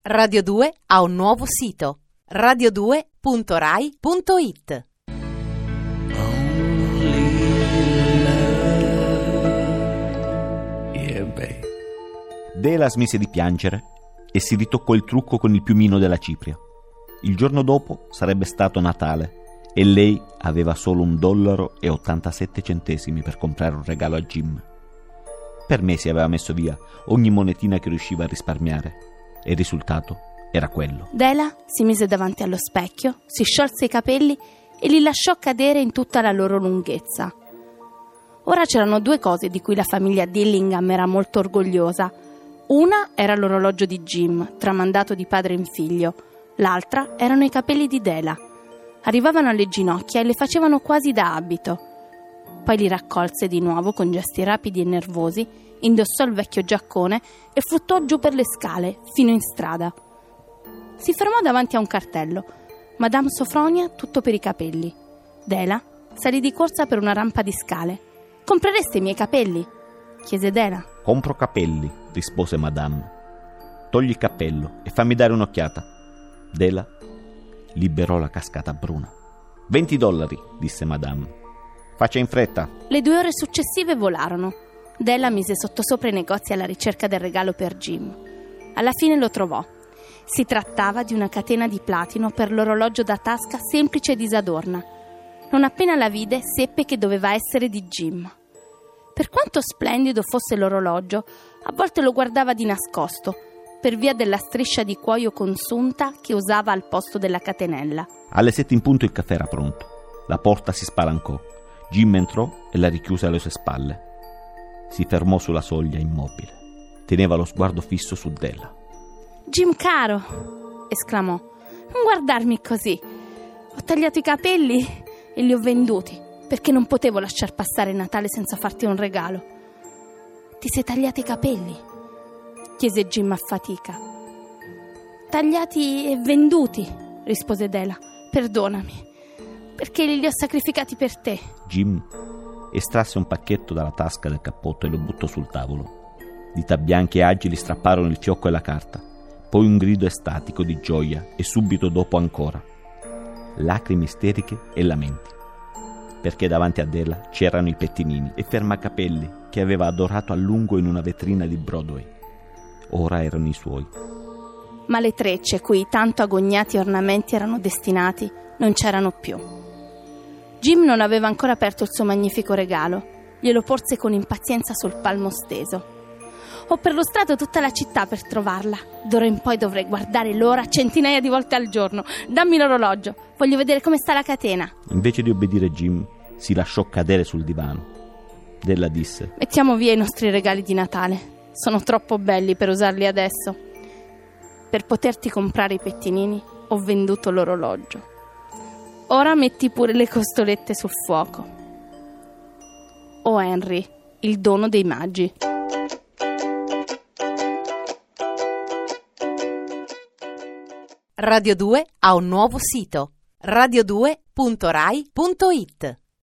Radio 2 ha un nuovo sito, radio2.rai.it. Dela smise di piangere e si ritoccò il trucco con il piumino della cipria. Il giorno dopo sarebbe stato Natale e lei aveva solo $1,87 per comprare un regalo a Jim. Per mesi aveva messo via ogni monetina che riusciva a risparmiare e il risultato era quello. Dela si mise davanti allo specchio, si sciolse i capelli e li lasciò cadere in tutta la loro lunghezza. Ora c'erano due cose di cui la famiglia Dillingham era molto orgogliosa. Una era l'orologio di Jim, tramandato di padre in figlio. L'altra erano i capelli di Dela. Arrivavano alle ginocchia e le facevano quasi da abito. Poi li raccolse di nuovo con gesti rapidi e nervosi, indossò il vecchio giaccone e fluttuò giù per le scale, fino in strada. Si fermò davanti a un cartello. Madame Sofronia, tutto per i capelli. Dela salì di corsa per una rampa di scale. «Comprereste i miei capelli?» chiese Dela. «Compro capelli», rispose Madame. «Togli il cappello e fammi dare un'occhiata». Dela liberò la cascata bruna. $20, disse Madame. «Faccia in fretta». Le 2 ore successive volarono. Dela mise sottosopra i negozi alla ricerca del regalo per Jim. Alla fine lo trovò. Si trattava di una catena di platino per l'orologio da tasca semplice e disadorna. Non appena la vide, seppe che doveva essere di Jim. Per quanto splendido fosse l'orologio, a volte lo guardava di nascosto, per via della striscia di cuoio consunta che usava al posto della catenella. Alle 7 in punto il caffè era pronto. La porta si spalancò. Jim entrò e la richiuse alle sue spalle. Si fermò sulla soglia immobile. Teneva lo sguardo fisso su Dela. «Jim caro!» esclamò. «Non guardarmi così. Ho tagliato i capelli e li ho venduti, perché non potevo lasciar passare Natale senza farti un regalo». «Ti sei tagliati i capelli?» chiese Jim a fatica. «Tagliati e venduti», rispose Dela. «Perdonami, perché li ho sacrificati per te». Jim estrasse un pacchetto dalla tasca del cappotto e lo buttò sul tavolo. Dita bianche e agili strapparono il fiocco e la carta, poi un grido estatico di gioia e subito dopo ancora lacrime isteriche e lamenti, perché davanti a Dela c'erano i pettinini e fermacapelli che aveva adorato a lungo in una vetrina di Broadway. Ora erano i suoi. Ma le trecce cui tanto agognati ornamenti erano destinati non c'erano più. Jim non aveva ancora aperto il suo magnifico regalo. Glielo porse con impazienza sul palmo steso. «Ho perlustrato tutta la città per trovarla. D'ora in poi dovrei guardare l'ora centinaia di volte al giorno. Dammi l'orologio, voglio vedere come sta la catena». Invece di obbedire, Jim si lasciò cadere sul divano. Della disse: «Mettiamo via i nostri regali di Natale. Sono troppo belli per usarli adesso. Per poterti comprare i pettinini ho venduto l'orologio. Ora metti pure le costolette sul fuoco. O Henry, il dono dei magi». Radio 2 ha un nuovo sito, radio2.rai.it.